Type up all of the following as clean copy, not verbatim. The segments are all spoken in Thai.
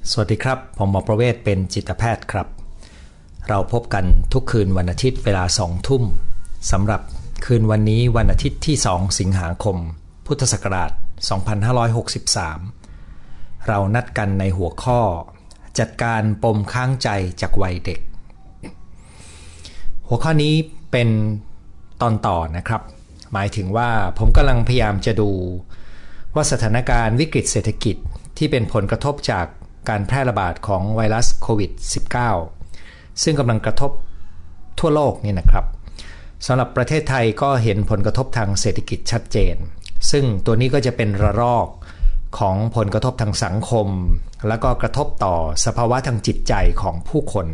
สวัสดีครับผมหมอประเวศเป็นจิตแพทย์ครับเราพบกันทุกคืนวันอาทิตย์เวลา20:00 น.สำหรับคืนวันนี้วันอาทิตย์ที่2สิงหาคมพุทธศักราช2563เรานัดกันในหัวข้อจัดการปมค้างใจจากวัยเด็กหัวข้อนี้เป็นตอนต่อนะครับหมายถึงว่าผมกำลังพยายามจะดูว่าสถานการณ์วิกฤตเศรษฐกิจที่เป็นผลกระทบจากการแพร่ระบาดของไวรัสโควิด -19 ซึ่งกำลังกระทบทั่วโลกนี่นะครับสำหรับประเทศไทยก็เห็นผลกระทบทางเศรษฐกิจชัดเจนซึ่งตัวนี้ก็จะเป็นระลอกของผลกระทบทางสังคมแล้วก็กระทบต่อสภาวะทางจิตใจของผู้คน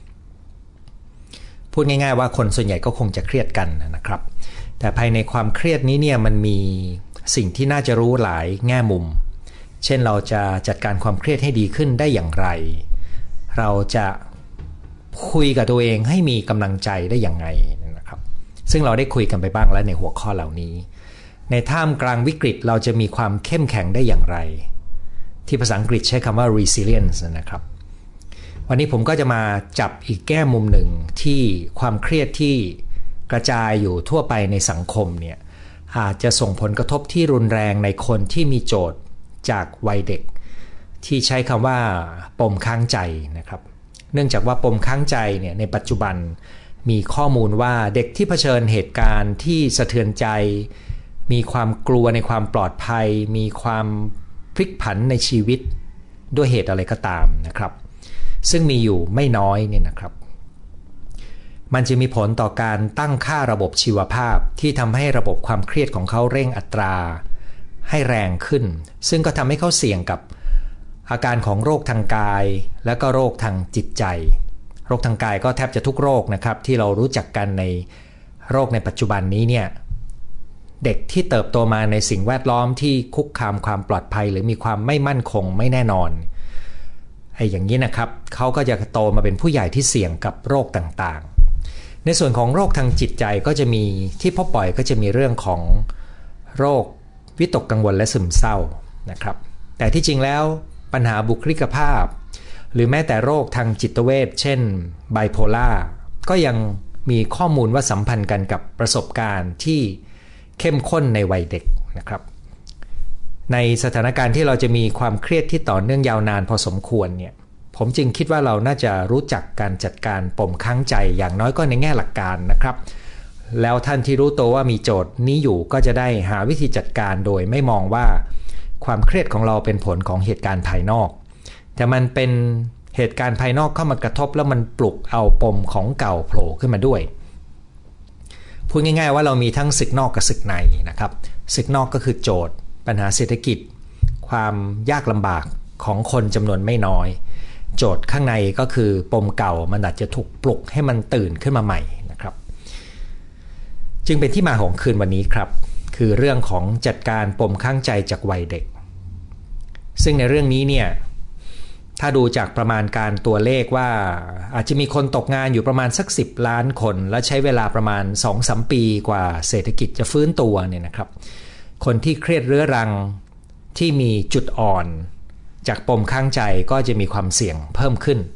พูดง่ายๆว่าคนส่วนใหญ่ก็คงจะเครียดกันนะครับแต่ภายในความเครียดนี้เนี่ยมันมีสิ่งที่น่าจะรู้หลายแง่มุมเช่นเราจะจัดการความเครียดให้ดีขึ้นได้อย่างไรเราจะคุยกับตัวเองให้มีกำลังใจได้อย่างไรนะครับซึ่งเราได้คุยกันไปบ้างแล้วในหัวข้อเหล่านี้ในท่ามกลางวิกฤตเราจะมีความเข้มแข็งได้อย่างไรที่ภาษาอังกฤษใช้คำว่า resilience นะครับวันนี้ผมก็จะมาจับอีกแง่มุมหนึ่งที่ความเครียดที่กระจายอยู่ทั่วไปในสังคมเนี่ยอาจจะส่งผลกระทบที่รุนแรงในคนที่มีโจทย์จากวัยเด็กที่ใช้คำว่าปมค้างใจนะครับเนื่องจากว่าปมค้างใจเนี่ยในปัจจุบันมีข้อมูลว่าเด็กที่เผชิญเหตุการณ์ที่สะเทือนใจมีความกลัวในความปลอดภัยมีความพลิกผันในชีวิตด้วยเหตุอะไรก็ตามนะครับซึ่งมีอยู่ไม่น้อยเนี่ยนะครับมันจะมีผลต่อการตั้งค่าระบบชีวภาพที่ทำให้ระบบความเครียดของเขาเร่งอัตราให้แรงขึ้นซึ่งก็ทำให้เขาเสี่ยงกับอาการของโรคทางกายและก็โรคทางจิตใจโรคทางกายก็แทบจะทุกโรคนะครับที่เรารู้จักกันในโรคในปัจจุบันนี้เนี่ยเด็กที่เติบโตมาในสิ่งแวดล้อมที่คุกคามความปลอดภัยหรือมีความไม่มั่นคงไม่แน่นอนอย่างนี้นะครับเขาก็จะโตมาเป็นผู้ใหญ่ที่เสี่ยงกับโรคต่างๆในส่วนของโรคทางจิตใจก็จะมีที่พบบ่อยก็จะมีเรื่องของโรควิตกกังวลและซึมเศร้านะครับแต่ที่จริงแล้วปัญหาบุคลิกภาพหรือแม้แต่โรคทางจิตเวชเช่นไบโพล่าก็ยังมีข้อมูลว่าสัมพันธ์กันกับประสบการณ์ที่เข้มข้นในวัยเด็กนะครับในสถานการณ์ที่เราจะมีความเครียดที่ต่อเนื่องยาวนานพอสมควรเนี่ยผมจึงคิดว่าเราน่าจะรู้จักการจัดการปมค้างใจอย่างน้อยก็ในแง่หลักการนะครับแล้วท่านที่รู้ตัวว่ามีโจทย์นี้อยู่ก็จะได้หาวิธีจัดการโดยไม่มองว่าความเครียดของเราเป็นผลของเหตุการณ์ภายนอกแต่มันเป็นเหตุการณ์ภายนอกเข้ามากระทบแล้วมันปลุกเอาปมของเก่าโผล่ขึ้นมาด้วยพูดง่ายๆว่าเรามีทั้งศึกนอกกับศึกในนะครับศึกนอกก็คือโจทย์ปัญหาเศรษฐกิจความยากลำบากของคนจำนวนไม่น้อยโจทย์ข้างในก็คือปมเก่ามันอาจจะถูกปลุกให้มันตื่นขึ้นมาใหม่นะครับจึงเป็นที่มาของคืนวันนี้ครับคือเรื่องของจัดการปมค้างใจจากวัยเด็กซึ่งในเรื่องนี้เนี่ยถ้าดูจากประมาณการตัวเลขว่าอาจจะมีคนตกงานอยู่ประมาณสัก10 ล้านคนและใช้เวลาประมาณ 2-3 ปีกว่าเศรษฐกิจจะฟื้นตัวเนี่ยนะครับคนที่เครียดเรื้อรังที่มีจุดอ่อนจากปมค้างใจก็จะมีความเสี่ยงเพิ่มขึ้น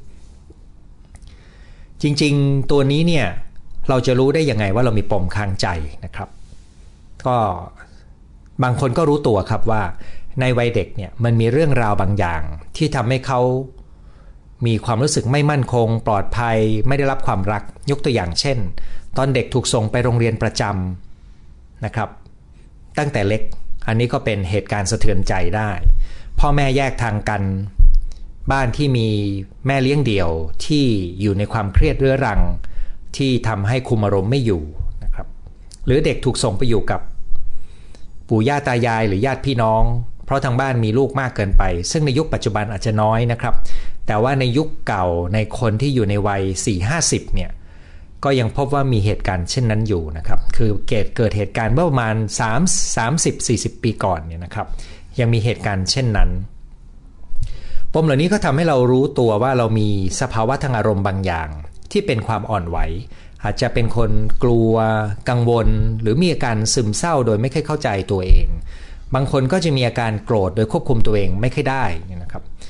จริงๆตัวนี้เนี่ยเราจะรู้ได้ยังไงว่าเรามีปมค้างใจนะครับก็บางคนก็รู้ตัวครับว่าในวัยเด็กเนี่ยมันมีเรื่องราวบางอย่างที่ทำให้เขามีความรู้สึกไม่มั่นคงปลอดภัยไม่ได้รับความรักยกตัวอย่างเช่นตอนเด็กถูกส่งไปโรงเรียนประจำนะครับตั้งแต่เล็กอันนี้ก็เป็นเหตุการณ์สะเทือนใจได้พ่อแม่แยกทางกันบ้านที่มีแม่เลี้ยงเดี่ยวที่อยู่ในความเครียดเรื้อรังที่ทำให้คุมอารมณ์ไม่อยู่นะครับหรือเด็กถูกส่งไปอยู่กับปู่ย่าตายายหรือญาติพี่น้องเพราะทางบ้านมีลูกมากเกินไปซึ่งในยุคปัจจุบันอาจจะน้อยนะครับแต่ว่าในยุคเก่าในคนที่อยู่ในวัย 40-50 เนี่ยก็ยังพบว่ามีเหตุการณ์เช่นนั้นอยู่นะครับคือเกิดเหตุการณ์เมื่อประมาณ30-40 ปีก่อนเนี่ยนะครับยังมีเหตุการณ์เช่นนั้นปมเหล่านี้ก็ทำให้เรารู้ตัวว่าเรามีสภาวะทางอารมณ์บางอย่างที่เป็นความอ่อนไหวอาจจะเป็นคนกลัวกังวลหรือมีอาการซึมเศร้าโดยไม่ค่อยเข้าใจตัวเองบางคนก็จะมีอาการโกรธโดยควบคุมตัวเองไม่ค่อยได้นะครับ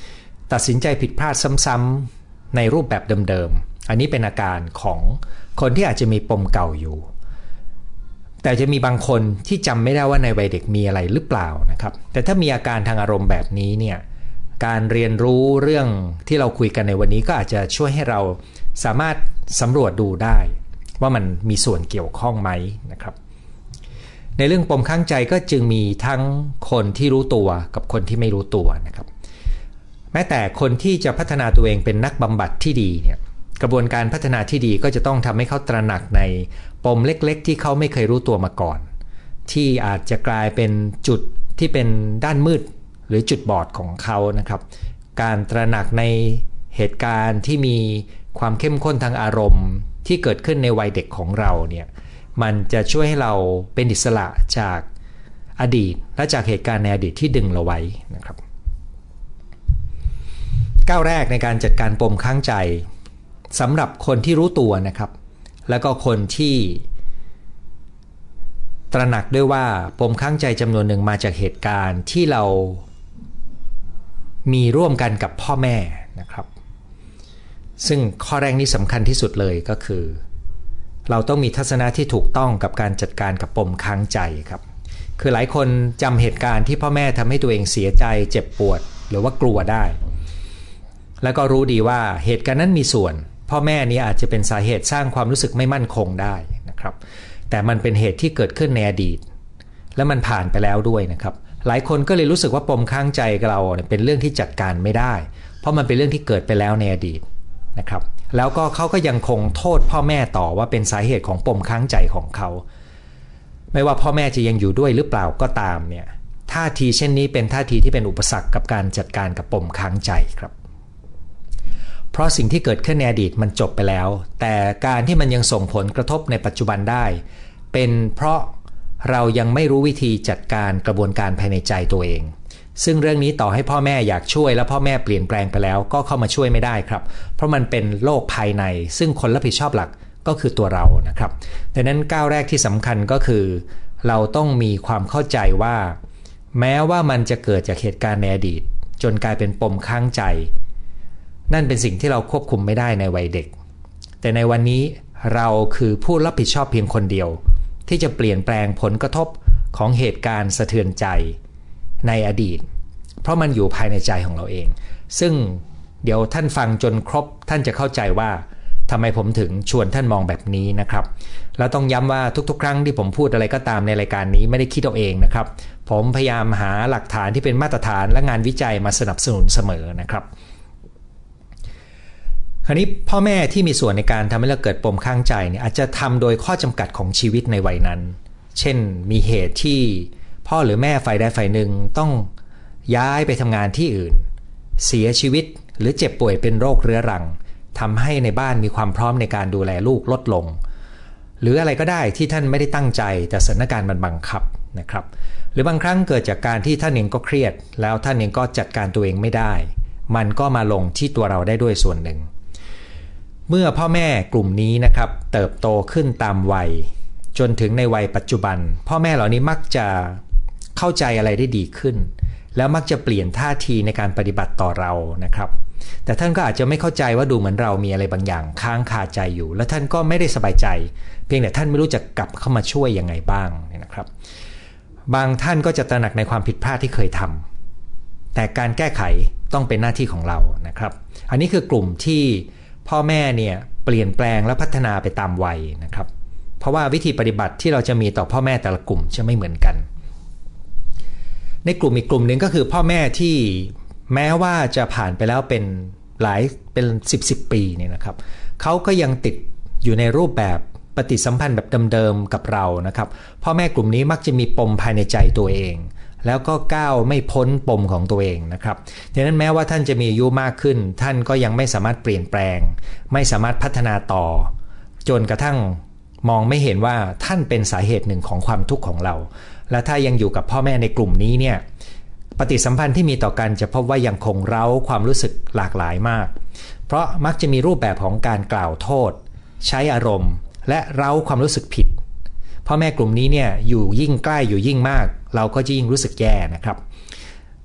ตัดสินใจผิดพลาดซ้ำๆในรูปแบบเดิมๆอันนี้เป็นอาการของคนที่อาจจะมีปมเก่าอยู่แต่จะมีบางคนที่จำไม่ได้ว่าในวัยเด็กมีอะไรหรือเปล่านะครับแต่ถ้ามีอาการทางอารมณ์แบบนี้เนี่ยการเรียนรู้เรื่องที่เราคุยกันในวันนี้ก็อาจจะช่วยให้เราสามารถสำรวจดูได้ว่ามันมีส่วนเกี่ยวข้องไหมนะครับในเรื่องปมข้างใจก็จึงมีทั้งคนที่รู้ตัวกับคนที่ไม่รู้ตัวนะครับแม้แต่คนที่จะพัฒนาตัวเองเป็นนักบำบัดที่ดีเนี่ยกระบวนการพัฒนาที่ดีก็จะต้องทำให้เขาตระหนักในปมเล็กๆที่เขาไม่เคยรู้ตัวมาก่อนที่อาจจะกลายเป็นจุดที่เป็นด้านมืดหรือจุดบอดของเขานะครับการตระหนักในเหตุการณ์ที่มีความเข้มข้นทางอารมณ์ที่เกิดขึ้นในวัยเด็กของเราเนี่ยมันจะช่วยให้เราเป็นอิสระจากอดีตและจากเหตุการณ์ในอดีตที่ดึงเราไว้นะครับก้าวแรกในการจัดการปมข้างใจสำหรับคนที่รู้ตัวนะครับแล้วก็คนที่ตระหนักด้วยว่าปมข้างใจจำนวนหนึ่งมาจากเหตุการณ์ที่เรามีร่วมกันกับพ่อแม่นะครับซึ่งข้อแรกนี้สำคัญที่สุดเลยก็คือเราต้องมีทัศนะที่ถูกต้องกับการจัดการกับปมข้างใจครับคือหลายคนจำเหตุการณ์ที่พ่อแม่ทำให้ตัวเองเสียใจเจ็บปวดหรือว่ากลัวได้แล้วก็รู้ดีว่าเหตุการณ์นั้นมีส่วนพ่อแม่นี้อาจจะเป็นสาเหตุสร้างความรู้สึกไม่มั่นคงได้นะครับแต่มันเป็นเหตุที่เกิดขึ้นในอดีตและมันผ่านไปแล้วด้วยนะครับหลายคนก็เลยรู้สึกว่าปมข้างใจเราเป็นเรื่องที่จัดการไม่ได้เพราะมันเป็นเรื่องที่เกิดไปแล้วในอดีตนะครับแล้วก็เขาก็ยังคงโทษพ่อแม่ต่อว่าเป็นสาเหตุของปมข้างใจของเขาไม่ว่าพ่อแม่จะยังอยู่ด้วยหรือเปล่าก็ตามเนี่ยท่าทีเช่นนี้เป็นท่าทีที่เป็นอุปสรรคกับการจัดการกับปมข้างใจครับเพราะสิ่งที่เกิดขึ้นในอดีตมันจบไปแล้วแต่การที่มันยังส่งผลกระทบในปัจจุบันได้เป็นเพราะเรายังไม่รู้วิธีจัดการกระบวนการภายในใจตัวเองซึ่งเรื่องนี้ต่อให้พ่อแม่อยากช่วยและพ่อแม่เปลี่ยนแปลงไปแล้วก็เข้ามาช่วยไม่ได้ครับเพราะมันเป็นโลกภายในซึ่งคนรับผิดชอบหลักก็คือตัวเรานะครับดังนั้นก้าวแรกที่สำคัญก็คือเราต้องมีความเข้าใจว่าแม้ว่ามันจะเกิดจากเหตุการณ์ในอดีตจนกลายเป็นปมข้างใจนั่นเป็นสิ่งที่เราควบคุมไม่ได้ในวัยเด็กแต่ในวันนี้เราคือผู้รับผิดชอบเพียงคนเดียวที่จะเปลี่ยนแปลงผลกระทบของเหตุการณ์สะเทือนใจในอดีตเพราะมันอยู่ภายในใจของเราเองซึ่งเดี๋ยวท่านฟังจนครบท่านจะเข้าใจว่าทำไมผมถึงชวนท่านมองแบบนี้นะครับแล้วต้องย้ำว่าทุกๆครั้งที่ผมพูดอะไรก็ตามในรายการนี้ไม่ได้คิดเอาเองนะครับผมพยายามหาหลักฐานที่เป็นมาตรฐานและงานวิจัยมาสนับสนุนเสมอนะครับคราวนี้พ่อแม่ที่มีส่วนในการทำให้เราเกิดปมข้างใจเนี่ยอาจจะทำโดยข้อจำกัดของชีวิตในวัยนั้นเช่นมีเหตุที่พ่อหรือแม่ฝ่ายใดฝ่ายหนึ่งต้องย้ายไปทำงานที่อื่นเสียชีวิตหรือเจ็บป่วยเป็นโรคเรื้อรังทำให้ในบ้านมีความพร้อมในการดูแลลูกลดลงหรืออะไรก็ได้ที่ท่านไม่ได้ตั้งใจแต่สถานการณ์มันบังคับนะครับหรือบางครั้งเกิดจากการที่ท่านเองก็เครียดแล้วท่านเองก็จัดการตัวเองไม่ได้มันก็มาลงที่ตัวเราได้ด้วยส่วนหนึ่งเมื่อพ่อแม่กลุ่มนี้นะครับเติบโตขึ้นตามวัยจนถึงในวัยปัจจุบันพ่อแม่เหล่านี้มักจะเข้าใจอะไรได้ดีขึ้นแล้วมักจะเปลี่ยนท่าทีในการปฏิบัติต่อเรานะครับแต่ท่านก็อาจจะไม่เข้าใจว่าดูเหมือนเรามีอะไรบางอย่างค้างคาใจอยู่แล้วท่านก็ไม่ได้สบายใจเพียงแต่ท่านไม่รู้จะกลับเข้ามาช่วยยังไงบ้างนะครับบางท่านก็จะตระหนักในความผิดพลาดที่เคยทำแต่การแก้ไขต้องเป็นหน้าที่ของเรานะครับอันนี้คือกลุ่มที่พ่อแม่เนี่ยเปลี่ยนแปลงและพัฒนาไปตามวัยนะครับเพราะว่าวิธีปฏิบัติที่เราจะมีต่อพ่อแม่แต่ละกลุ่มจะไม่เหมือนกันในกลุ่มอีกกลุ่มหนึ่งก็คือพ่อแม่ที่แม้ว่าจะผ่านไปแล้วเป็น10 ปีเนี่ยนะครับเขาก็ยังติดอยู่ในรูปแบบปฏิสัมพันธ์แบบเดิมๆกับเรานะครับพ่อแม่กลุ่มนี้มักจะมีปมภายในใจตัวเองแล้วก็ก้าวไม่พ้นปมของตัวเองนะครับดังนั้นแม้ว่าท่านจะมีอายุมากขึ้นท่านก็ยังไม่สามารถเปลี่ยนแปลงไม่สามารถพัฒนาต่อจนกระทั่งมองไม่เห็นว่าท่านเป็นสาเหตุหนึ่งของความทุกข์ของเราและถ้ายังอยู่กับพ่อแม่ในกลุ่มนี้เนี่ยปฏิสัมพันธ์ที่มีต่อกันจะพบว่ายังคงเร้าความรู้สึกหลากหลายมากเพราะมักจะมีรูปแบบของการกล่าวโทษใช้อารมณ์และเร้าความรู้สึกผิดพ่อแม่กลุ่มนี้เนี่ยอยู่ยิ่งใกล้อยู่ยิ่งมากเราก็จะยิ่งรู้สึกแย่นะครับ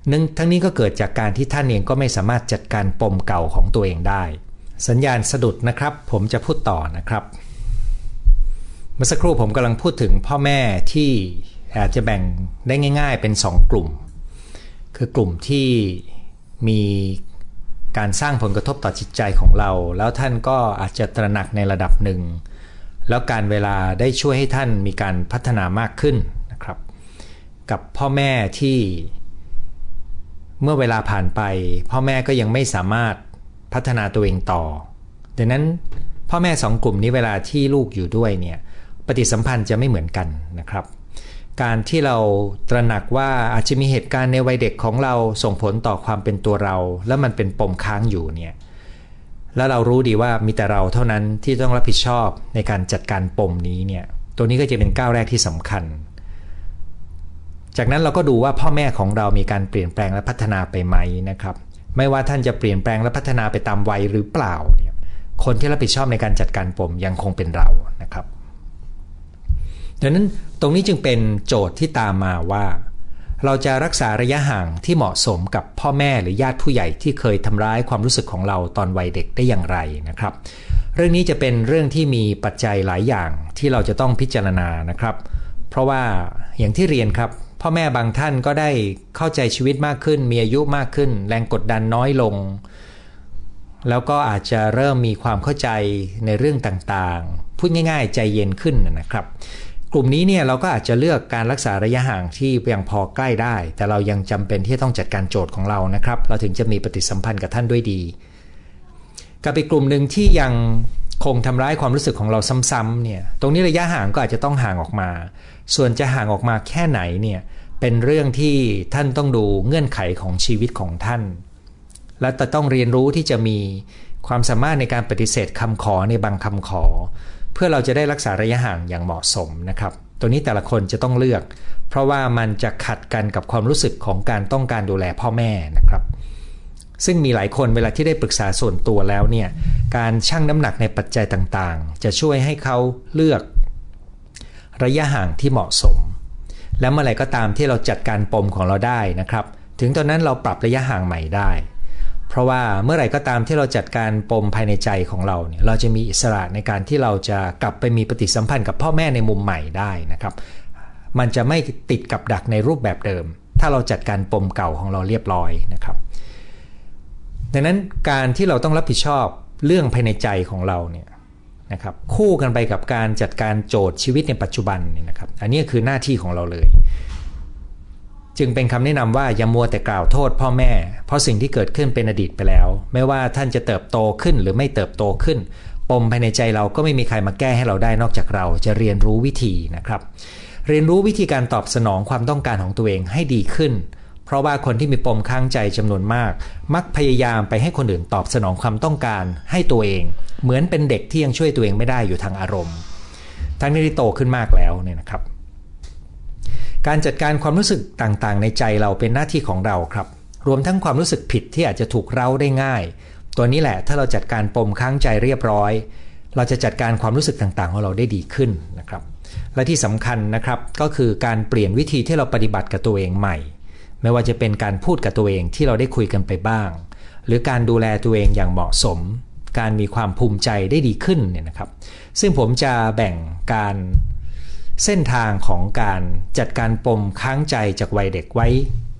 ทั้งนี้ก็เกิดจากการที่ท่านเองก็ไม่สามารถจัดการปมเก่าของตัวเองได้สัญญาณสะดุดนะครับผมจะพูดต่อนะครับเมื่อสักครู่ผมกำลังพูดถึงพ่อแม่ที่อาจจะแบ่งได้ง่ายๆเป็น2กลุ่มคือกลุ่มที่มีการสร้างผลกระทบต่อจิตใจของเราแล้วท่านก็อาจจะตระหนักในระดับหนึ่งแล้วการเวลาได้ช่วยให้ท่านมีการพัฒนามากขึ้นนะครับกับพ่อแม่ที่เมื่อเวลาผ่านไปพ่อแม่ก็ยังไม่สามารถพัฒนาตัวเองต่อดังนั้นพ่อแม่2กลุ่มนี้เวลาที่ลูกอยู่ด้วยเนี่ยปฏิสัมพันธ์จะไม่เหมือนกันนะครับการที่เราตระหนักว่าอาจจะมีเหตุการณ์ในวัยเด็กของเราส่งผลต่อความเป็นตัวเราแล้วมันเป็นปมค้างอยู่เนี่ยแล้วเรารู้ดีว่ามีแต่เราเท่านั้นที่ต้องรับผิดชอบในการจัดการปมนี้เนี่ยตัวนี้ก็จะเป็นก้าวแรกที่สำคัญจากนั้นเราก็ดูว่าพ่อแม่ของเรามีการเปลี่ยนแปลงและพัฒนาไปไหมนะครับไม่ว่าท่านจะเปลี่ยนแปลงและพัฒนาไปตามวัยหรือเปล่าเนี่ยคนที่รับผิดชอบในการจัดการปมยังคงเป็นเรานะครับดังนั้นตรงนี้จึงเป็นโจทย์ที่ตามมาว่าเราจะรักษาระยะห่างที่เหมาะสมกับพ่อแม่หรือญาติผู้ใหญ่ที่เคยทำร้ายความรู้สึกของเราตอนวัยเด็กได้อย่างไรนะครับเรื่องนี้จะเป็นเรื่องที่มีปัจจัยหลายอย่างที่เราจะต้องพิจารณานะครับเพราะว่าอย่างที่เรียนครับพ่อแม่บางท่านก็ได้เข้าใจชีวิตมากขึ้นมีอายุมากขึ้นแรงกดดันน้อยลงแล้วก็อาจจะเริ่มมีความเข้าใจในเรื่องต่างๆพูดง่ายๆใจเย็นขึ้นนะครับกลุ่มนี้เนี่ยเราก็อาจจะเลือกการรักษาระยะห่างที่ยังพอใกล้ได้แต่เรายังจำเป็นที่ต้องจัดการโจทย์ของเรานะครับเราถึงจะมีปฏิสัมพันธ์กับท่านด้วยดีกับอีกกลุ่มหนึ่งที่ยังคงทำร้ายความรู้สึกของเราซ้ำๆเนี่ยตรงนี้ระยะห่างก็อาจจะต้องห่างออกมาส่วนจะห่างออกมาแค่ไหนเนี่ยเป็นเรื่องที่ท่านต้องดูเงื่อนไขของชีวิตของท่านและต้องเรียนรู้ที่จะมีความสามารถในการปฏิเสธคำขอในบางคำขอเพื่อเราจะได้รักษาระยะห่างอย่างเหมาะสมนะครับตัวนี้แต่ละคนจะต้องเลือกเพราะว่ามันจะขัดกันกับความรู้สึกของการต้องการดูแลพ่อแม่นะครับซึ่งมีหลายคนเวลาที่ได้ปรึกษาส่วนตัวแล้วเนี่ยการชั่งน้ำหนักในปัจจัยต่างๆจะช่วยให้เขาเลือกระยะห่างที่เหมาะสมและเมื่อไหร่ก็ตามที่เราจัดการปมของเราได้นะครับถึงตอนนั้นเราปรับระยะห่างใหม่ได้เพราะว่าเมื่อไหร่ก็ตามที่เราจัดการปมภายในใจของเราเนี่ยเราจะมีอิสระในการที่เราจะกลับไปมีปฏิสัมพันธ์กับพ่อแม่ในมุมใหม่ได้นะครับมันจะไม่ติดกับดักในรูปแบบเดิมถ้าเราจัดการปมเก่าของเราเรียบร้อยนะครับดังนั้นการที่เราต้องรับผิดชอบเรื่องภายในใจของเราเนี่ยนะครับคู่กันไปกับการจัดการโจทย์ชีวิตในปัจจุบันนี่นะครับอันนี้คือหน้าที่ของเราเลยจึงเป็นคำแนะนำว่าอย่ามัวแต่กล่าวโทษพ่อแม่เพราะสิ่งที่เกิดขึ้นเป็นอดีตไปแล้วไม่ว่าท่านจะเติบโตขึ้นหรือไม่เติบโตขึ้นปมภายในใจเราก็ไม่มีใครมาแก้ให้เราได้นอกจากเราจะเรียนรู้วิธีนะครับเรียนรู้วิธีการตอบสนองความต้องการของตัวเองให้ดีขึ้นเพราะว่าคนที่มีปมค้างใจจำนวนมากมักพยายามไปให้คนอื่นตอบสนองความต้องการให้ตัวเองเหมือนเป็นเด็กที่ยังช่วยตัวเองไม่ได้อยู่ทางอารมณ์ทั้งที่โตขึ้นมากแล้วเนี่ยนะครับการจัดการความรู้สึกต่างๆในใจเราเป็นหน้าที่ของเราครับรวมทั้งความรู้สึกผิดที่อาจจะถูกเร้าได้ง่ายตัวนี้แหละถ้าเราจัดการปมค้างใจเรียบร้อยเราจะจัดการความรู้สึกต่างๆของเราได้ดีขึ้นนะครับและที่สำคัญนะครับก็คือการเปลี่ยนวิธีที่เราปฏิบัติกับตัวเองใหม่ไม่ว่าจะเป็นการพูดกับตัวเองที่เราได้คุยกันไปบ้างหรือการดูแลตัวเองอย่างเหมาะสมการมีความภูมิใจได้ดีขึ้นเนี่ยนะครับซึ่งผมจะแบ่งการเส้นทางของการจัดการปมค้างใจจากวัยเด็กไว้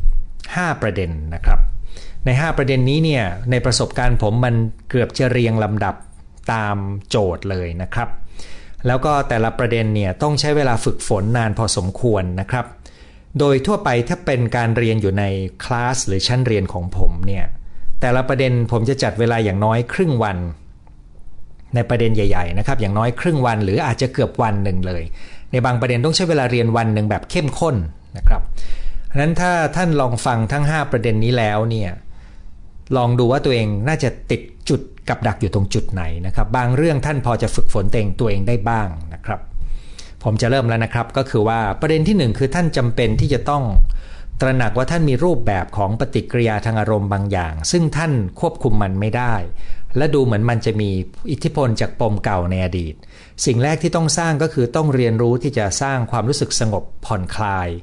5ประเด็นนะครับใน5ประเด็นนี้เนี่ยในประสบการณ์ผมมันเกือบจะเรียงลำดับตามโจทย์เลยนะครับแล้วก็แต่ละประเด็นเนี่ยต้องใช้เวลาฝึกฝนนานพอสมควรนะครับโดยทั่วไปถ้าเป็นการเรียนอยู่ในคลาสหรือชั้นเรียนของผมเนี่ยแต่ละประเด็นผมจะจัดเวลาอย่างน้อยครึ่งวันในประเด็นใหญ่ๆนะครับอย่างน้อยครึ่งวันหรืออาจจะเกือบวันหนึ่งเลยในบางประเด็นต้องใช้เวลาเรียนวันหนึ่งแบบเข้มข้นนะครับเพราะฉะนั้นถ้าท่านลองฟังทั้ง5ประเด็นนี้แล้วเนี่ยลองดูว่าตัวเองน่าจะติดจุดกับดักอยู่ตรงจุดไหนนะครับบางเรื่องท่านพอจะฝึกฝนตัวเองได้บ้างนะครับผมจะเริ่มแล้วนะครับก็คือว่าประเด็นที่1คือท่านจำเป็นที่จะต้องตระหนักว่าท่านมีรูปแบบของปฏิกิริยาทางอารมณ์บางอย่างซึ่งท่านควบคุมมันไม่ได้และดูเหมือนมันจะมีอิทธิพลจากปมเก่าในอดีตสิ่งแรกที่ต้องสร้างก็คือต้องเรียนรู้ที่จะสร้างความรู้สึกสงบผ่อนคลาย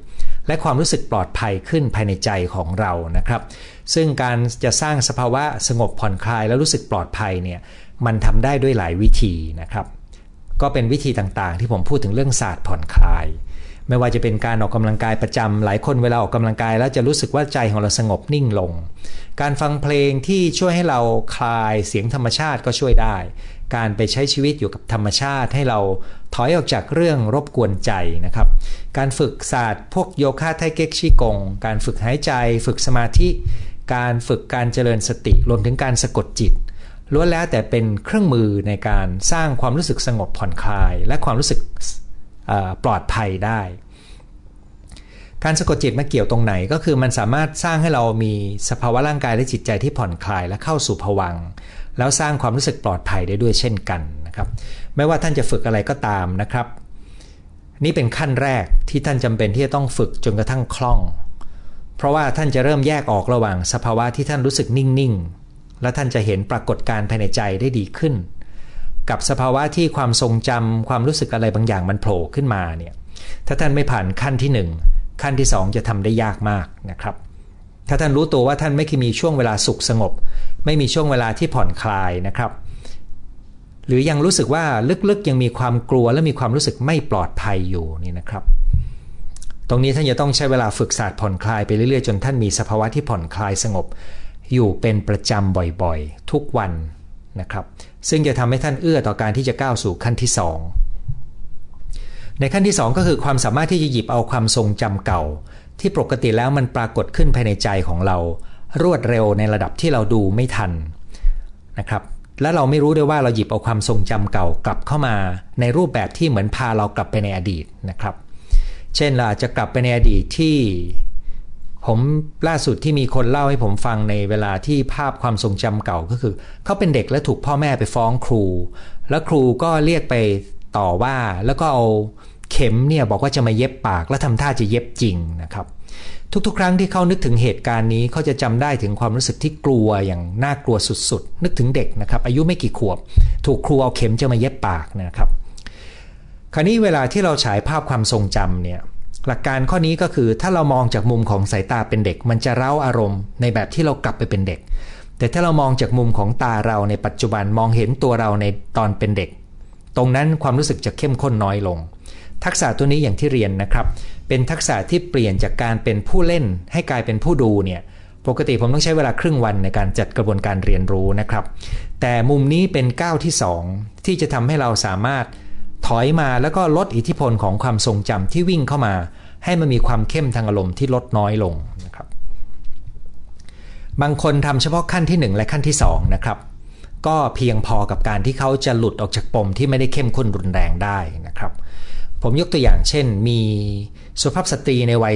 และความรู้สึกปลอดภัยขึ้นภายในใจของเรานะครับซึ่งการจะสร้างสภาวะสงบผ่อนคลายและรู้สึกปลอดภัยเนี่ยมันทำได้ด้วยหลายวิธีนะครับก็เป็นวิธีต่างๆที่ผมพูดถึงเรื่องศาสตร์ผ่อนคลายไม่ว่าจะเป็นการออกกำลังกายประจำหลายคนเวลาออกกำลังกายแล้วจะรู้สึกว่าใจของเราสงบนิ่งลงการฟังเพลงที่ช่วยให้เราคลายเสียงธรรมชาติก็ช่วยได้การไปใช้ชีวิตอยู่กับธรรมชาติให้เราถอยออกจากเรื่องรบกวนใจนะครับการฝึกศาสตร์พวกโยคะไทเก๊กชี่กงการฝึกหายใจฝึกสมาธิการฝึกการเจริญสติรวมถึงการสะกดจิตล้วนแล้วแต่เป็นเครื่องมือในการสร้างความรู้สึกสงบผ่อนคลายและความรู้สึกปลอดภัยได้การสะกดจิตมาเกี่ยวตรงไหนก็คือมันสามารถสร้างให้เรามีสภาวะร่างกายและจิตใจที่ผ่อนคลายและเข้าสู่ภวังค์แล้วสร้างความรู้สึกปลอดภัยได้ด้วยเช่นกันนะครับไม่ว่าท่านจะฝึกอะไรก็ตามนะครับนี่เป็นขั้นแรกที่ท่านจำเป็นที่จะต้องฝึกจนกระทั่งคล่องเพราะว่าท่านจะเริ่มแยกออกระหว่างสภาวะที่ท่านรู้สึกนิ่งๆและท่านจะเห็นปรากฏการณ์ภายในใจได้ดีขึ้นกับสภาวะที่ความทรงจำความรู้สึกอะไรบางอย่างมันโผล่ขึ้นมาเนี่ยถ้าท่านไม่ผ่านขั้นที่1ขั้นที่2จะทำได้ยากมากนะครับถ้าท่านรู้ตัวว่าท่านไม่เคยมีช่วงเวลาสุขสงบไม่มีช่วงเวลาที่ผ่อนคลายนะครับหรือยังรู้สึกว่าลึกๆยังมีความกลัวและมีความรู้สึกไม่ปลอดภัยอยู่นี่นะครับตรงนี้ท่านจะต้องใช้เวลาฝึกศาสตร์ผ่อนคลายไปเรื่อยๆจนท่านมีสภาวะที่ผ่อนคลายสงบอยู่เป็นประจำบ่อยๆทุกวันนะครับซึ่งจะทำให้ท่านเอื้อต่อการที่จะก้าวสู่ขั้นที่2ในขั้นที่2ก็คือความสามารถที่จะหยิบเอาความทรงจำเก่าที่ปกติแล้วมันปรากฏขึ้นภายในใจของเรารวดเร็วในระดับที่เราดูไม่ทันนะครับและเราไม่รู้ด้วยว่าเราหยิบเอาความทรงจำเก่ากลับเข้ามาในรูปแบบที่เหมือนพาเรากลับไปในอดีตนะครับเช่นเราอาจจะกลับไปในอดีตที่ผมล่าสุดที่มีคนเล่าให้ผมฟังในเวลาที่ภาพความทรงจำเก่าก็คือเขาเป็นเด็กและถูกพ่อแม่ไปฟ้องครูแล้วครูก็เรียกไปต่อว่าแล้วก็เอาเข็มเนี่ยบอกว่าจะมาเย็บปากและทำท่าจะเย็บจริงนะครับทุกๆครั้งที่เขานึกถึงเหตุการณ์นี้เขาจะจำได้ถึงความรู้สึกที่กลัวอย่างน่ากลัวสุดๆนึกถึงเด็กนะครับอายุไม่กี่ขวบถูกครูเอาเข็มจะมาเย็บปากนะครับคราวนี้เวลาที่เราฉายภาพความทรงจำเนี่ยหลักการข้อนี้ก็คือถ้าเรามองจากมุมของสายตาเป็นเด็กมันจะเร้าอารมณ์ในแบบที่เรากลับไปเป็นเด็กแต่ถ้าเรามองจากมุมของตาเราในปัจจุบันมองเห็นตัวเราในตอนเป็นเด็กตรงนั้นความรู้สึกจะเข้มข้นน้อยลงทักษะตัวนี้อย่างที่เรียนนะครับเป็นทักษะที่เปลี่ยนจากการเป็นผู้เล่นให้กลายเป็นผู้ดูเนี่ยปกติผมต้องใช้เวลาครึ่งวันในการจัดกระบวนการเรียนรู้นะครับแต่มุมนี้เป็นก้าวที่2ที่จะทำให้เราสามารถถอยมาแล้วก็ลดอิทธิพลของความทรงจำที่วิ่งเข้ามาให้มันมีความเข้มทางอารมณ์ที่ลดน้อยลงนะครับบางคนทำเฉพาะขั้นที่1และขั้นที่2นะครับก็เพียงพอกับการที่เขาจะหลุดออกจากปมที่ไม่ได้เข้มข้นรุนแรงได้นะครับผมยกตัวอย่างเช่นมีสุภาพสตรีในวัย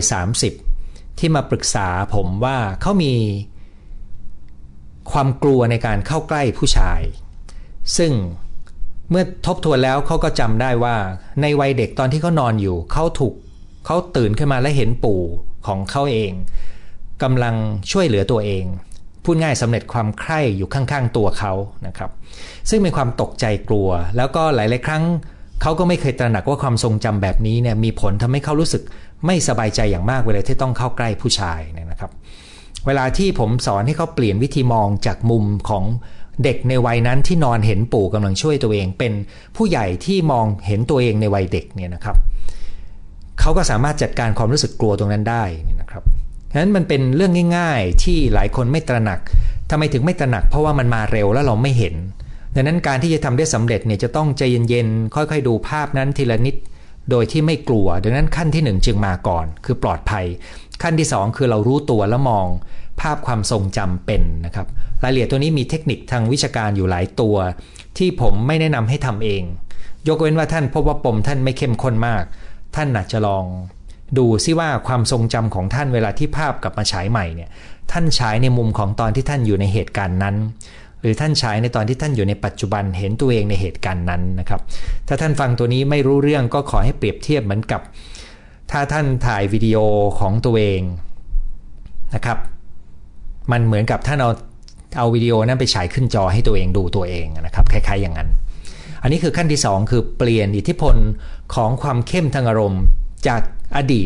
30ที่มาปรึกษาผมว่าเขามีความกลัวในการเข้าใกล้ผู้ชายซึ่งเมื่อทบทวนแล้วเขาก็จำได้ว่าในวัยเด็กตอนที่เขานอนอยู่เขาตื่นขึ้นมาและเห็นปู่ของเขาเองกำลังช่วยเหลือตัวเองพูดง่ายสำเร็จความใคร่อยู่ข้างๆตัวเขานะครับซึ่งเป็นความตกใจกลัวแล้วก็หลายๆครั้งเขาก็ไม่เคยตระหนักว่าความทรงจำแบบนี้เนี่ยมีผลทำให้เขารู้สึกไม่สบายใจอย่างมากเวลาที่ต้องเข้าใกล้ผู้ชายนะครับเวลาที่ผมสอนให้เขาเปลี่ยนวิธีมองจากมุมของเด็กในวัยนั้นที่นอนเห็นปู่กำลังช่วยตัวเองเป็นผู้ใหญ่ที่มองเห็นตัวเองในวัยเด็กเนี่ยนะครับเขาก็สามารถจัดการความรู้สึกกลัวตรงนั้นได้นะครับฉะนั้นมันเป็นเรื่องง่ายๆที่หลายคนไม่ตระหนักทำไมถึงไม่ตระหนักเพราะว่ามันมาเร็วแล้วเราไม่เห็นดังนั้นการที่จะทำได้สำเร็จเนี่ยจะต้องใจเย็นๆค่อยๆดูภาพนั้นทีละนิดโดยที่ไม่กลัวดังนั้นขั้นที่1จึงมาก่อนคือปลอดภัยขั้นที่2คือเรารู้ตัวแล้วมองภาพความทรงจำเป็นนะครับรายละเอียดตัวนี้มีเทคนิคทางวิชาการอยู่หลายตัวที่ผมไม่แนะนำให้ทำเองยกเว้นว่าท่านพบว่าปมท่านไม่เข้มข้นมากท่านอาจจะลองดูซิว่าความทรงจำของท่านเวลาที่ภาพกลับมาฉายใหม่เนี่ยท่านฉายในมุมของตอนที่ท่านอยู่ในเหตุการณ์นั้นหรือท่านฉายในตอนที่ท่านอยู่ในปัจจุบันเห็นตัวเองในเหตุการณ์นั้นนะครับถ้าท่านฟังตัวนี้ไม่รู้เรื่องก็ขอให้เปรียบเทียบเหมือนกับถ้าท่านถ่ายวิดีโอของตัวเองนะครับมันเหมือนกับท่านเอาวิดีโอนั้นไปฉายขึ้นจอให้ตัวเองดูตัวเองนะครับคล้ายๆอย่างนั้นอันนี้คือขั้นที่2คือเปลี่ยนอิทธิพลของความเข้มทางอารมณ์จากอดีต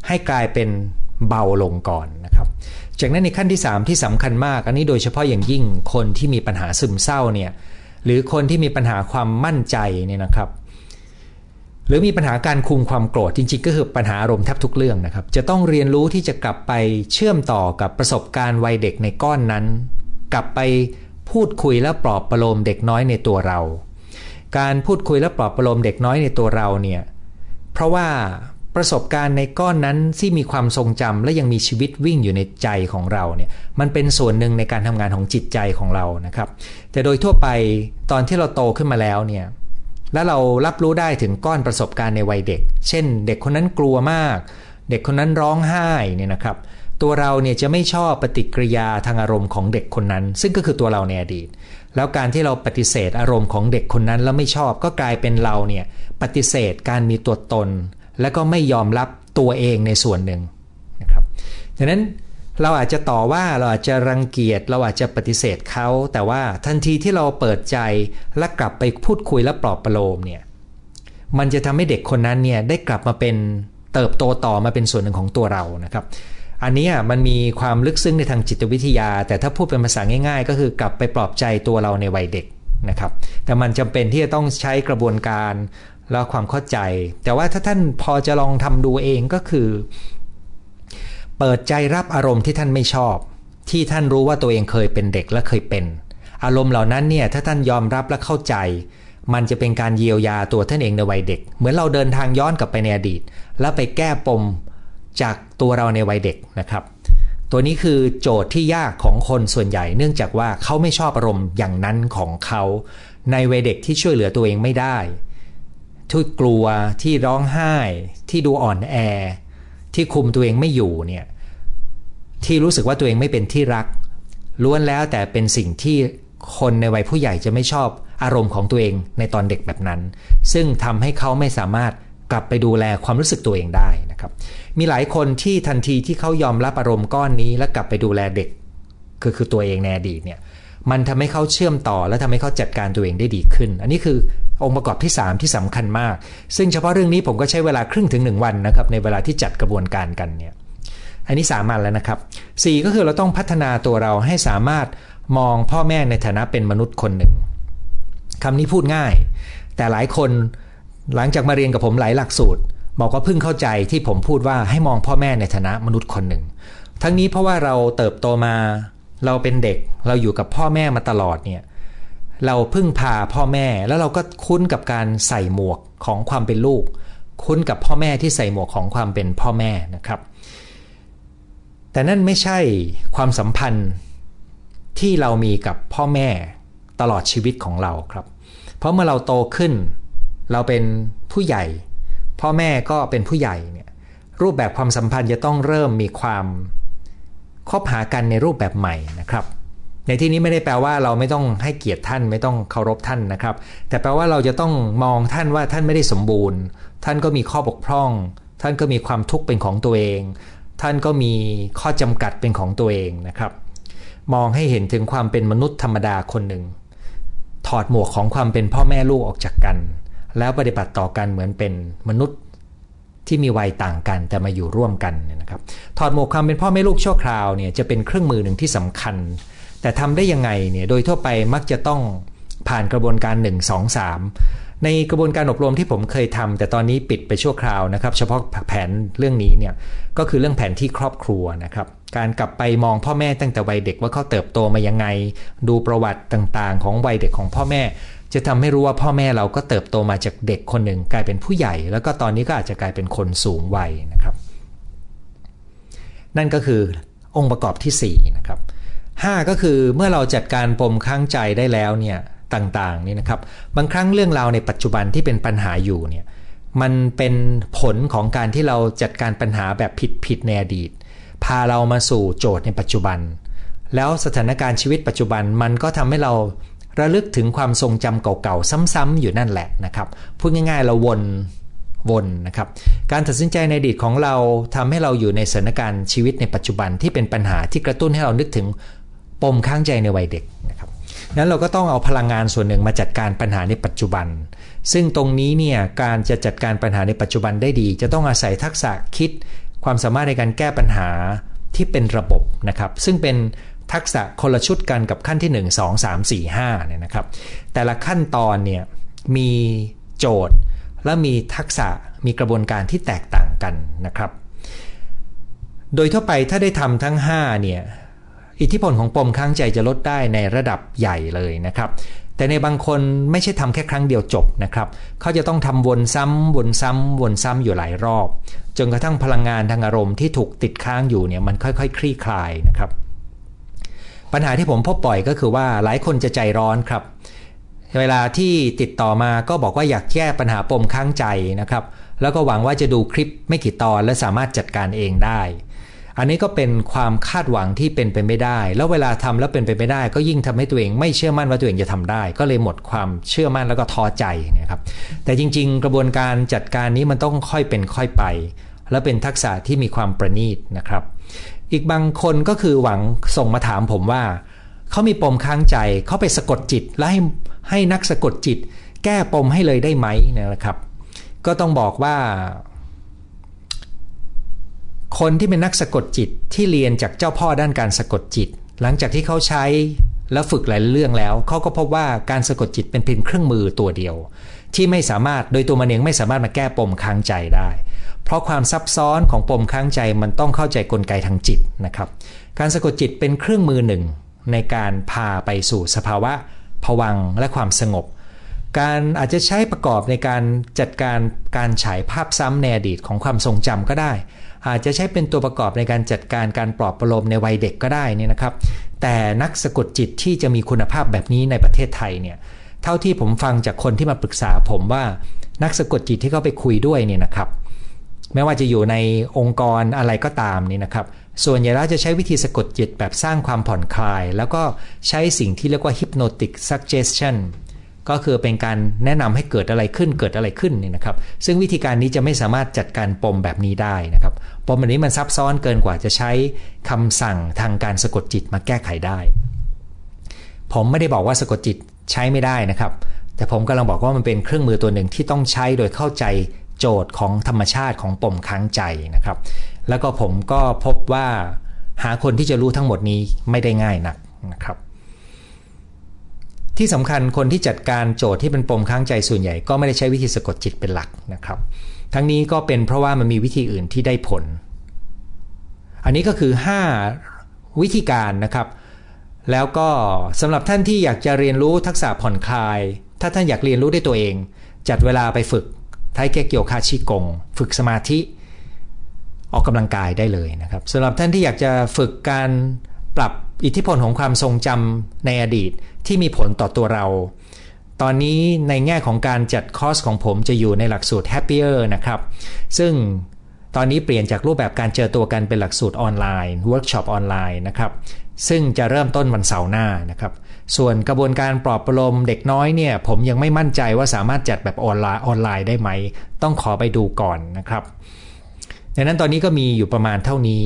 ให้กลายเป็นเบาลงก่อนนะครับจากนั้นในขั้นที่3ที่สำคัญมากอันนี้โดยเฉพาะอย่างยิ่งคนที่มีปัญหาซึมเศร้าเนี่ยหรือคนที่มีปัญหาความมั่นใจเนี่ยนะครับหรือมีปัญหาการคุมความโกรธจริงๆก็คือปัญหาอารมณ์แทบทุกเรื่องนะครับจะต้องเรียนรู้ที่จะกลับไปเชื่อมต่อกับประสบการณ์วัยเด็กในก้อนนั้นกลับไปพูดคุยและปลอบประโลมเด็กน้อยในตัวเราการพูดคุยและปลอบประโลมเด็กน้อยในตัวเราเนี่ยเพราะว่าประสบการณ์ในก้อนนั้นที่มีความทรงจำและยังมีชีวิตวิ่งอยู่ในใจของเราเนี่ยมันเป็นส่วนหนึ่งในการทำงานของจิตใจของเรานะครับแต่โดยทั่วไปตอนที่เราโตขึ้นมาแล้วเนี่ยแล้วเรารับรู้ได้ถึงก้อนประสบการณ์ในวัยเด็กเช่นเด็กคนนั้นกลัวมากเด็กคนนั้นร้องไห้เนี่ยนะครับตัวเราเนี่ยจะไม่ชอบปฏิกิริยาทางอารมณ์ของเด็กคนนั้นซึ่งก็คือตัวเราในอดีตแล้วการที่เราปฏิเสธอารมณ์ของเด็กคนนั้นแล้วไม่ชอบก็กลายเป็นเราเนี่ยปฏิเสธการมีตัวตนและก็ไม่ยอมรับตัวเองในส่วนหนึ่งนะครับดังนั้นเราอาจจะต่อว่าเราอาจจะรังเกียจเราอาจจะปฏิเสธเขาแต่ว่าทันทีที่เราเปิดใจและกลับไปพูดคุยและปลอบประโลมเนี่ยมันจะทำให้เด็กคนนั้นเนี่ยได้กลับมาเป็นเติบโตต่อมาเป็นส่วนหนึ่งของตัวเรานะครับอันนี้มันมีความลึกซึ้งในทางจิตวิทยาแต่ถ้าพูดเป็นภาษาง่ายๆก็คือกลับไปปลอบใจตัวเราในวัยเด็กนะครับแต่มันจำเป็นที่จะต้องใช้กระบวนการและความเข้าใจแต่ว่าถ้าท่านพอจะลองทำดูเองก็คือเปิดใจรับอารมณ์ที่ท่านไม่ชอบที่ท่านรู้ว่าตัวเองเคยเป็นเด็กและเคยเป็นอารมณ์เหล่านั้นเนี่ยถ้าท่านยอมรับและเข้าใจมันจะเป็นการเยียวยาตัวท่านเองในวัยเด็กเหมือนเราเดินทางย้อนกลับไปในอดีตแล้วไปแก้ปมจากตัวเราในวัยเด็กนะครับตัวนี้คือโจทย์ที่ยากของคนส่วนใหญ่เนื่องจากว่าเขาไม่ชอบอารมณ์อย่างนั้นของเขาในวัยเด็กที่ช่วยเหลือตัวเองไม่ได้ที่กลัวที่ร้องไห้ที่ดูอ่อนแอที่คุมตัวเองไม่อยู่เนี่ยที่รู้สึกว่าตัวเองไม่เป็นที่รักล้วนแล้วแต่เป็นสิ่งที่คนในวัยผู้ใหญ่จะไม่ชอบอารมณ์ของตัวเองในตอนเด็กแบบนั้นซึ่งทำให้เขาไม่สามารถกลับไปดูแลความรู้สึกตัวเองได้นะครับมีหลายคนที่ทันทีที่เขายอมรับอารมณ์ก้อนนี้และกลับไปดูแลเด็กคือตัวเองในอดีตเนี่ยมันทำให้เขาเชื่อมต่อและทำให้เขาจัดการตัวเองได้ดีขึ้นอันนี้คือองค์ประกอบที่3ที่สำคัญมากซึ่งเฉพาะเรื่องนี้ผมก็ใช้เวลาครึ่งถึง1วันนะครับในเวลาที่จัดกระบวนการกันเนี่ยอันนี้3อันแล้วนะครับ4ก็คือเราต้องพัฒนาตัวเราให้สามารถมองพ่อแม่ในฐานะเป็นมนุษย์คนหนึ่งคำนี้พูดง่ายแต่หลายคนหลังจากมาเรียนกับผมหลายหลักสูตรบอกว่าเพิ่งเข้าใจที่ผมพูดว่าให้มองพ่อแม่ในฐานะมนุษย์คนหนึ่งทั้งนี้เพราะว่าเราเติบโตมาเราเป็นเด็กเราอยู่กับพ่อแม่มาตลอดเนี่ยเราพึ่งพาพ่อแม่แล้วเราก็คุ้นกับการใส่หมวกของความเป็นลูกคุ้นกับพ่อแม่ที่ใส่หมวกของความเป็นพ่อแม่นะครับแต่นั่นไม่ใช่ความสัมพันธ์ที่เรามีกับพ่อแม่ตลอดชีวิตของเราครับเพราะเมื่อเราโตขึ้นเราเป็นผู้ใหญ่พ่อแม่ก็เป็นผู้ใหญ่เนี่ยรูปแบบความสัมพันธ์จะต้องเริ่มมีความคบหากันในรูปแบบใหม่นะครับในที่นี้ไม่ได้แปลว่าเราไม่ต้องให้เกียรติท่านไม่ต้องเคารพท่านนะครับแต่แปลว่าเราจะต้องมองท่านว่าท่านไม่ได้สมบูรณ์ท่านก็มีข้อบกพร่องท่านก็มีความทุกข์เป็นของตัวเองท่านก็มีข้อจำกัดเป็นของตัวเองนะครับมองให้เห็นถึงความเป็นมนุษย์ธรรมดาคนหนึ่งถอดหมวกของความเป็นพ่อแม่ลูกออกจากกันแล้วปฏิบัติต่อกันเหมือนเป็นมนุษย์ที่มีวัยต่างกันแต่มาอยู่ร่วมกันนะครับถอดหมวกความเป็นพ่อแม่ลูกชั่วคราวเนี่ยจะเป็นเครื่องมือหนึ่งที่สำคัญแต่ทำได้ยังไงเนี่ยโดยทั่วไปมักจะต้องผ่านกระบวนการ1 2 3ในกระบวนการอบรมที่ผมเคยทำแต่ตอนนี้ปิดไปชั่วคราวนะครับเฉพาะแผนเรื่องนี้เนี่ยก็คือเรื่องแผนที่ครอบครัวนะครับการกลับไปมองพ่อแม่ตั้งแต่วัยเด็กว่าเขาเติบโตมายังไงดูประวัติต่างๆของวัยเด็กของพ่อแม่จะทำให้รู้ว่าพ่อแม่เราก็เติบโตมาจากเด็กคนหนึ่งกลายเป็นผู้ใหญ่แล้วก็ตอนนี้ก็อาจจะกลายเป็นคนสูงวัยนะครับนั่นก็คือองค์ประกอบที่4นะครับ5ก็คือเมื่อเราจัดการปมข้างใจได้แล้วเนี่ยต่างๆนี่นะครับบางครั้งเรื่องราวในปัจจุบันที่เป็นปัญหาอยู่เนี่ยมันเป็นผลของการที่เราจัดการปัญหาแบบผิดในอดีตพาเรามาสู่โจทย์ในปัจจุบันแล้วสถานการณ์ชีวิตปัจจุบันมันก็ทำให้เราระลึกถึงความทรงจำเก่าๆซ้ำๆอยู่นั่นแหละนะครับพูดง่ายๆเราวนนะครับการตัดสินใจในอดีตของเราทำให้เราอยู่ในสถานการณ์ชีวิตในปัจจุบันที่เป็นปัญหาที่กระตุ้นให้เรานึกถึงปมข้างใจในวัยเด็กนะครับนั้นเราก็ต้องเอาพลังงานส่วนหนึ่งมาจัดการปัญหาในปัจจุบันซึ่งตรงนี้เนี่ยการจะจัดการปัญหาในปัจจุบันได้ดีจะต้องอาศัยทักษะคิดความสามารถในการแก้ปัญหาที่เป็นระบบนะครับซึ่งเป็นทักษะคนละชุดกันกับขั้นที่1 2 3 4 5เนี่ยนะครับแต่ละขั้นตอนเนี่ยมีโจทย์และมีทักษะมีกระบวนการที่แตกต่างกันนะครับโดยทั่วไปถ้าได้ทำทั้ง5เนี่ยอิทธิพลของปมค้างใจจะลดได้ในระดับใหญ่เลยนะครับแต่ในบางคนไม่ใช่ทำแค่ครั้งเดียวจบนะครับเขาจะต้องทำวนซ้ำวนซ้ำวนซ้ำอยู่หลายรอบจนกระทั่งพลังงานทางอารมณ์ที่ถูกติดค้างอยู่เนี่ยมันค่อยๆคลี่คลายนะครับปัญหาที่ผมพบบ่อยก็คือว่าหลายคนจะใจร้อนครับเวลาที่ติดต่อมาก็บอกว่าอยากแก้ปัญหาปมค้างใจนะครับแล้วก็หวังว่าจะดูคลิปไม่กี่ตอนและสามารถจัดการเองได้อันนี้ก็เป็นความคาดหวังที่เป็นไปไม่ได้แล้วเวลาทำแล้วเป็นไปไม่ได้ก็ยิ่งทำให้ตัวเองไม่เชื่อมั่นว่าตัวเองจะทำได้ก็เลยหมดความเชื่อมั่นแล้วก็ท้อใจนะครับแต่จริงๆกระบวนการจัดการนี้มันต้องค่อยเป็นค่อยไปและเป็นทักษะที่มีความประณีตนะครับอีกบางคนก็คือหวังส่งมาถามผมว่าเขามีปมค้างใจเขาไปสะกดจิตแล้วให้นักสะกดจิตแก้ปมให้เลยได้ไหมนะครับก็ต้องบอกว่าคนที่เป็นนักสะกดจิตที่เรียนจากเจ้าพ่อด้านการสะกดจิตหลังจากที่เขาใช้และฝึกหลายเรื่องแล้วเขาก็พบว่าการสะกดจิตเป็นเพียงเครื่องมือตัวเดียวที่ไม่สามารถโดยตัวมันเองไม่สามารถมาแก้ปมค้างใจได้เพราะความซับซ้อนของปมค้างใจมันต้องเข้าใจกลไกทางจิตนะครับการสะกดจิตเป็นเครื่องมือหนึ่งในการพาไปสู่สภาวะภวังค์และความสงบการอาจจะใช้ประกอบในการจัดการการฉายภาพซ้ำในอดีตของความทรงจำก็ได้อาจจะใช้เป็นตัวประกอบในการจัดการการปลอบประโลมในวัยเด็กก็ได้นี่นะครับแต่นักสะกดจิตที่จะมีคุณภาพแบบนี้ในประเทศไทยเนี่ยเท่าที่ผมฟังจากคนที่มาปรึกษาผมว่านักสะกดจิตที่เขาไปคุยด้วยเนี่ยนะครับไม่ว่าจะอยู่ในองค์กรอะไรก็ตามนี่นะครับส่วนใหญ่แล้วจะใช้วิธีสะกดจิตแบบสร้างความผ่อนคลายแล้วก็ใช้สิ่งที่เรียกว่า hypnotic suggestion ก็คือเป็นการแนะนำให้เกิดอะไรขึ้นนี่นะครับซึ่งวิธีการนี้จะไม่สามารถจัดการปมแบบนี้ได้นะครับปมแบบนี้มันซับซ้อนเกินกว่าจะใช้คำสั่งทางการสะกดจิตมาแก้ไขได้ผมไม่ได้บอกว่าสะกดจิตใช้ไม่ได้นะครับแต่ผมกำลังบอกว่ามันเป็นเครื่องมือตัวหนึ่งที่ต้องใช้โดยเข้าใจโจทย์ของธรรมชาติของปมค้างใจนะครับแล้วก็ผมก็พบว่าหาคนที่จะรู้ทั้งหมดนี้ไม่ได้ง่ายนักนะครับที่สำคัญคนที่จัดการโจทย์ที่เป็นปมค้างใจส่วนใหญ่ก็ไม่ได้ใช้วิธีสะกดจิตเป็นหลักนะครับทั้งนี้ก็เป็นเพราะว่ามันมีวิธีอื่นที่ได้ผลอันนี้ก็คือ5วิธีการนะครับแล้วก็สำหรับท่านที่อยากจะเรียนรู้ทักษะผ่อนคลายถ้าท่านอยากเรียนรู้ด้วยตัวเองจัดเวลาไปฝึกไทเก๊กโยคะชิกงฝึกสมาธิออกกำลังกายได้เลยนะครับสำหรับท่านที่อยากจะฝึกการปรับอิทธิพลของความทรงจำในอดีตที่มีผลต่อตัวเราตอนนี้ในแง่ของการจัดคอร์สของผมจะอยู่ในหลักสูตร Happier นะครับซึ่งตอนนี้เปลี่ยนจากรูปแบบการเจอตัวกันเป็นหลักสูตรออนไลน์เวิร์กช็อปออนไลน์นะครับซึ่งจะเริ่มต้นวันเสาร์หน้านะครับส่วนกระบวนการปลอบประโลมเด็กน้อยเนี่ยผมยังไม่มั่นใจว่าสามารถจัดแบบออนไลน์ได้ไหมต้องขอไปดูก่อนนะครับดังนั้นตอนนี้ก็มีอยู่ประมาณเท่านี้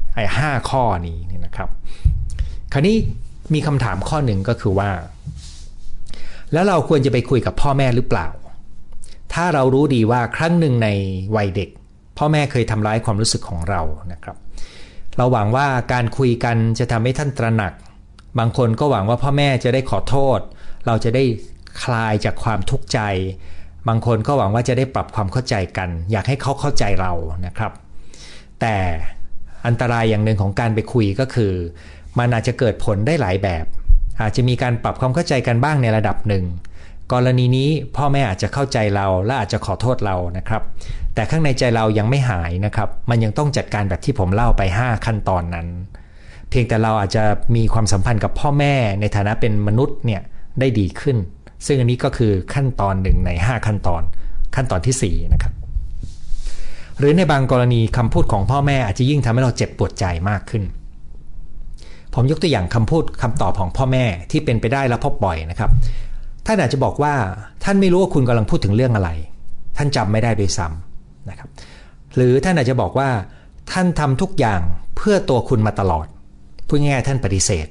5ข้อนี้นะครับคราวนี้มีคำถามข้อหนึ่งก็คือว่าแล้วเราควรจะไปคุยกับพ่อแม่หรือเปล่าถ้าเรารู้ดีว่าครั้งหนึ่งในวัยเด็กพ่อแม่เคยทำร้ายความรู้สึกของเรานะครับเราหวังว่าการคุยกันจะทำให้ท่านตระหนักบางคนก็หวังว่าพ่อแม่จะได้ขอโทษเราจะได้คลายจากความทุกข์ใจบางคนก็หวังว่าจะได้ปรับความเข้าใจกันอยากให้เขาเข้าใจเรานะครับแต่อันตรายอย่างหนึ่งของการไปคุยก็คือมันอาจจะเกิดผลได้หลายแบบอาจจะมีการปรับความเข้าใจกันบ้างในระดับหนึ่งกรณีนี้พ่อแม่อาจจะเข้าใจเราและอาจจะขอโทษเรานะครับแต่ข้างในใจเรายังไม่หายนะครับมันยังต้องจัดการแบบที่ผมเล่าไป5ขั้นตอนนั้นเพียงแต่เราอาจจะมีความสัมพันธ์กับพ่อแม่ในฐานะเป็นมนุษย์เนี่ยได้ดีขึ้นซึ่งอันนี้ก็คือขั้นตอนหนึ่งใน5ขั้นตอนที่4นะครับหรือในบางกรณีคำพูดของพ่อแม่อาจจะยิ่งทำให้เราเจ็บปวดใจมากขึ้นผมยกตัวอย่างคำพูดคำตอบของพ่อแม่ที่เป็นไปได้และพบบ่อยนะครับท่านอาจจะบอกว่าท่านไม่รู้ว่าคุณกำลังพูดถึงเรื่องอะไรท่านจำไม่ได้ด้วยซ้ำนะครับหรือท่านอาจจะบอกว่าท่านทำทุกอย่างเพื่อตัวคุณมาตลอดพูดง่ายๆท่านปฏิเสธ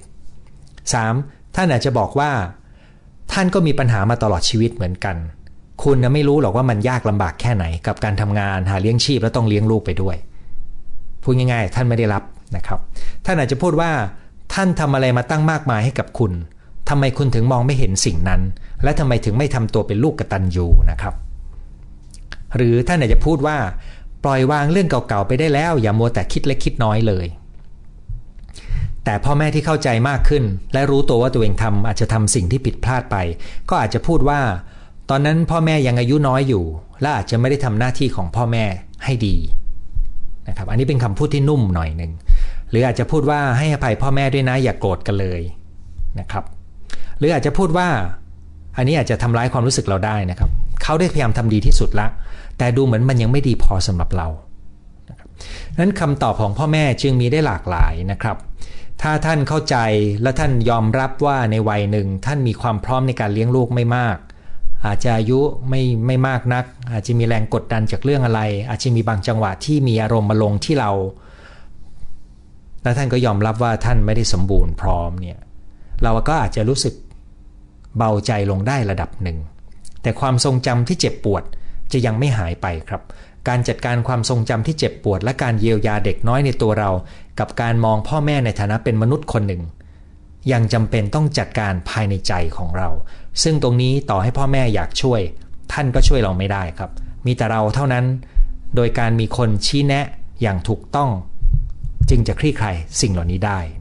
3. ท่านอาจจะบอกว่าท่านก็มีปัญหามาตลอดชีวิตเหมือนกันคุณไม่รู้หรอกว่ามันยากลำบากแค่ไหนกับการทำงานหาเลี้ยงชีพแล้วต้องเลี้ยงลูกไปด้วยพูดง่ายๆท่านไม่ได้รับนะครับท่านอาจจะพูดว่าท่านทำอะไรมาตั้งมากมายให้กับคุณทำไมคุณถึงมองไม่เห็นสิ่งนั้นและทำไมถึงไม่ทำตัวเป็นลูกกตัญญูนะครับหรือท่านอาจจะพูดว่าปล่อยวางเรื่องเก่าๆไปได้แล้วอย่ามัวแต่คิดเล็กคิดน้อยเลยแต่พ่อแม่ที่เข้าใจมากขึ้นและรู้ตัวว่าตัวเองอาจจะทำสิ่งที่ผิดพลาดไปก็อาจจะพูดว่าตอนนั้นพ่อแม่ยังอายุน้อยอยู่และอาจจะไม่ได้ทำหน้าที่ของพ่อแม่ให้ดีนะครับอันนี้เป็นคำพูดที่นุ่มหน่อยนึงหรืออาจจะพูดว่าให้อภัยพ่อแม่ด้วยนะอย่าโกรธกันเลยนะครับหรืออาจจะพูดว่าอันนี้อาจจะทำร้ายความรู้สึกเราได้นะครับเขาได้พยายามทำดีที่สุดละแต่ดูเหมือนมันยังไม่ดีพอสำหรับเรานะครับนั้นคำตอบของพ่อแม่จึงมีได้หลากหลายนะครับถ้าท่านเข้าใจและท่านยอมรับว่าในวัยหนึ่งท่านมีความพร้อมในการเลี้ยงลูกไม่มากอาจจะอายุไม่มากนักอาจจะมีแรงกดดันจากเรื่องอะไรอาจจะมีบางจังหวะที่มีอารมณ์มาลงที่เราและท่านก็ยอมรับว่าท่านไม่ได้สมบูรณ์พร้อมเนี่ยเราก็อาจจะรู้สึกเบาใจลงได้ระดับหนึ่งแต่ความทรงจำที่เจ็บปวดจะยังไม่หายไปครับการจัดการความทรงจำที่เจ็บปวดและการเยียวยาเด็กน้อยในตัวเรากับการมองพ่อแม่ในฐานะเป็นมนุษย์คนหนึ่งยังจำเป็นต้องจัดการภายในใจของเราซึ่งตรงนี้ต่อให้พ่อแม่อยากช่วยท่านก็ช่วยเราไม่ได้ครับมีแต่เราเท่านั้นโดยการมีคนชี้แนะอย่างถูกต้องจึงจะคลี่คลายสิ่งเหล่านี้ได้